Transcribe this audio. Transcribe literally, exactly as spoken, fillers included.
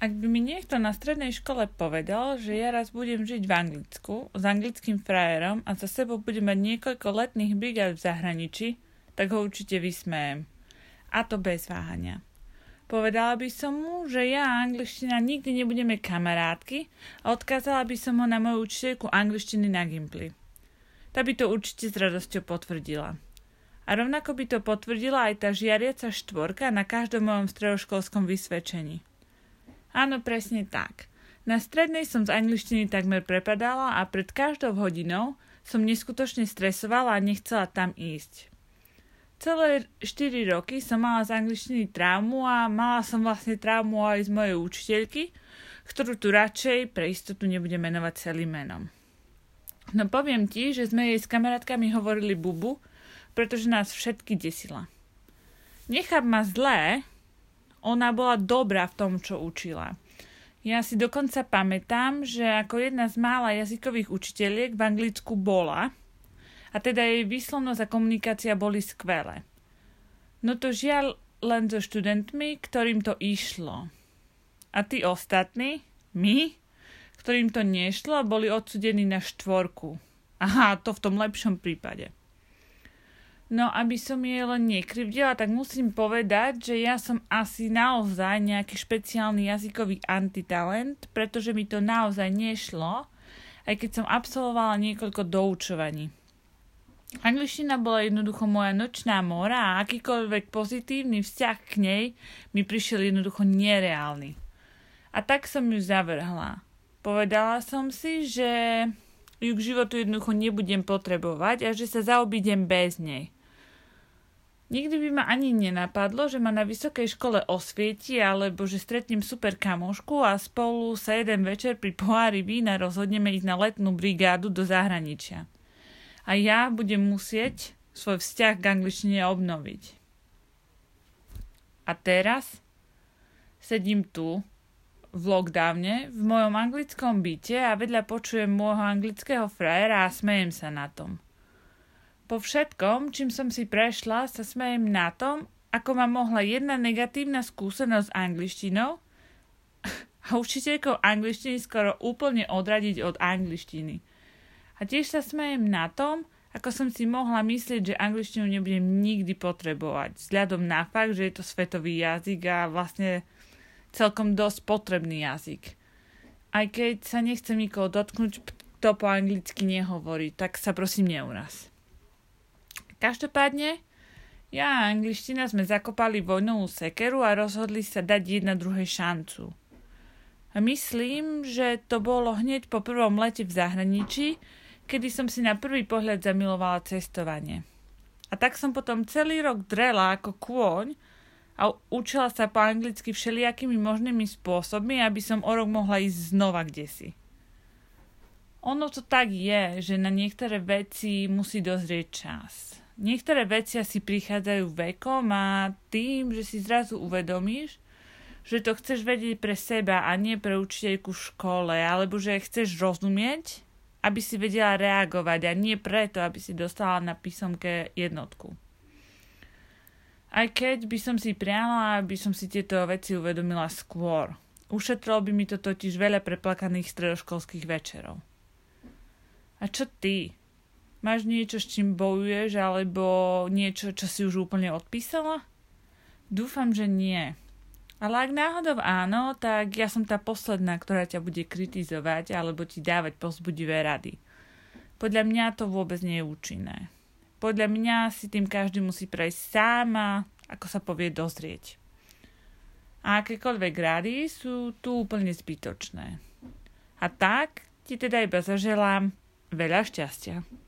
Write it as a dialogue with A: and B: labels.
A: Ak by mi niekto na strednej škole povedal, že ja raz budem žiť v Anglicku s anglickým frajerom a za sebou budem mať niekoľko letných brigád v zahraničí, tak ho určite vysmejem. A to bez váhania. Povedala by som mu, že ja a angličtina nikdy nebudeme kamarátky a odkázala by som ho na moju učiteľku angličtiny na Gimply. Tá by to určite s radosťou potvrdila. A rovnako by to potvrdila aj tá žiariaca štvorka na každom mojom stredoškolskom vysvedčení. Áno, presne tak. Na strednej som z angličtiny takmer prepadala a pred každou hodinou som neskutočne stresovala a nechcela tam ísť. Celé štyri roky som mala z angličtiny traumu a mala som vlastne traumu aj z mojej učiteľky, ktorú tu radšej pre istotu nebudem menovať celým menom. No poviem ti, že sme jej s kamarátkami hovorili bubu, pretože nás všetky desila. Nechám ma zlé, ona bola dobrá v tom, čo učila. Ja si dokonca pamätám, že ako jedna z mála jazykových učiteľiek v Anglicku bola, a teda jej výslovnosť a komunikácia boli skvelé. No to žiaľ len so študentmi, ktorým to išlo. A tí ostatní, my, ktorým to nešlo, boli odsudení na štvorku. Aha, to v tom lepšom prípade. No, aby som jej len nekrivdila, tak musím povedať, že ja som asi naozaj nejaký špeciálny jazykový antitalent, pretože mi to naozaj nešlo, aj keď som absolvovala niekoľko doučovaní. Angličtina bola jednoducho moja nočná mora a akýkoľvek pozitívny vzťah k nej mi prišiel jednoducho nereálny. A tak som ju zavrhla. Povedala som si, že ju k životu jednoducho nebudem potrebovať a že sa zaobídem bez nej. Nikdy by ma ani nenapadlo, že ma na vysokej škole osvieti alebo že stretnem super kamošku a spolu sa jeden večer pri pohári vína rozhodneme ísť na letnú brigádu do zahraničia. A ja budem musieť svoj vzťah k angličtine obnoviť. A teraz sedím tu v lockdowne v mojom anglickom byte a vedľa počujem môjho anglického frajera a smejem sa na tom. Po všetkom, čím som si prešla, sa smejem na tom, ako ma mohla jedna negatívna skúsenosť s angličtinou a učiteľkou angličtiny skoro úplne odradiť od angličtiny. A tiež sa smejem na tom, ako som si mohla myslieť, že angličtinu nebudem nikdy potrebovať, vzhľadom na fakt, že je to svetový jazyk a vlastne celkom dosť potrebný jazyk. Aj keď sa nechcem nikoho dotknúť, kto po anglicky nehovorí, tak sa prosím neuraz. Každopádne, ja a angličtina sme zakopali vojnovú sekeru a rozhodli sa dať jedna druhej šancu. A myslím, že to bolo hneď po prvom lete v zahraničí, kedy som si na prvý pohľad zamilovala cestovanie. A tak som potom celý rok drela ako kôň a učila sa po anglicky všelijakými možnými spôsobmi, aby som o rok mohla ísť znova kdesi. Ono to tak je, že na niektoré veci musí dozrieť čas. Niektoré veci asi prichádzajú vekom a tým, že si zrazu uvedomíš, že to chceš vedieť pre seba a nie pre učiteľku v škole, alebo že chceš rozumieť, aby si vedela reagovať a nie preto, aby si dostala na písomke jednotku. Aj keď by som si priala, aby som si tieto veci uvedomila skôr. Ušetrilo by mi to totiž veľa preplakaných stredoškolských večerov. A čo ty? Máš niečo, s čím bojuješ, alebo niečo, čo si už úplne odpísala? Dúfam, že nie. Ale ak náhodou áno, tak ja som tá posledná, ktorá ťa bude kritizovať alebo ti dávať povzbudivé rady. Podľa mňa to vôbec nie je účinné. Podľa mňa si tým každý musí prejsť sám a, ako sa povie, dozrieť. A akékoľvek rady sú tu úplne zbytočné. A tak ti teda iba zaželám veľa šťastia.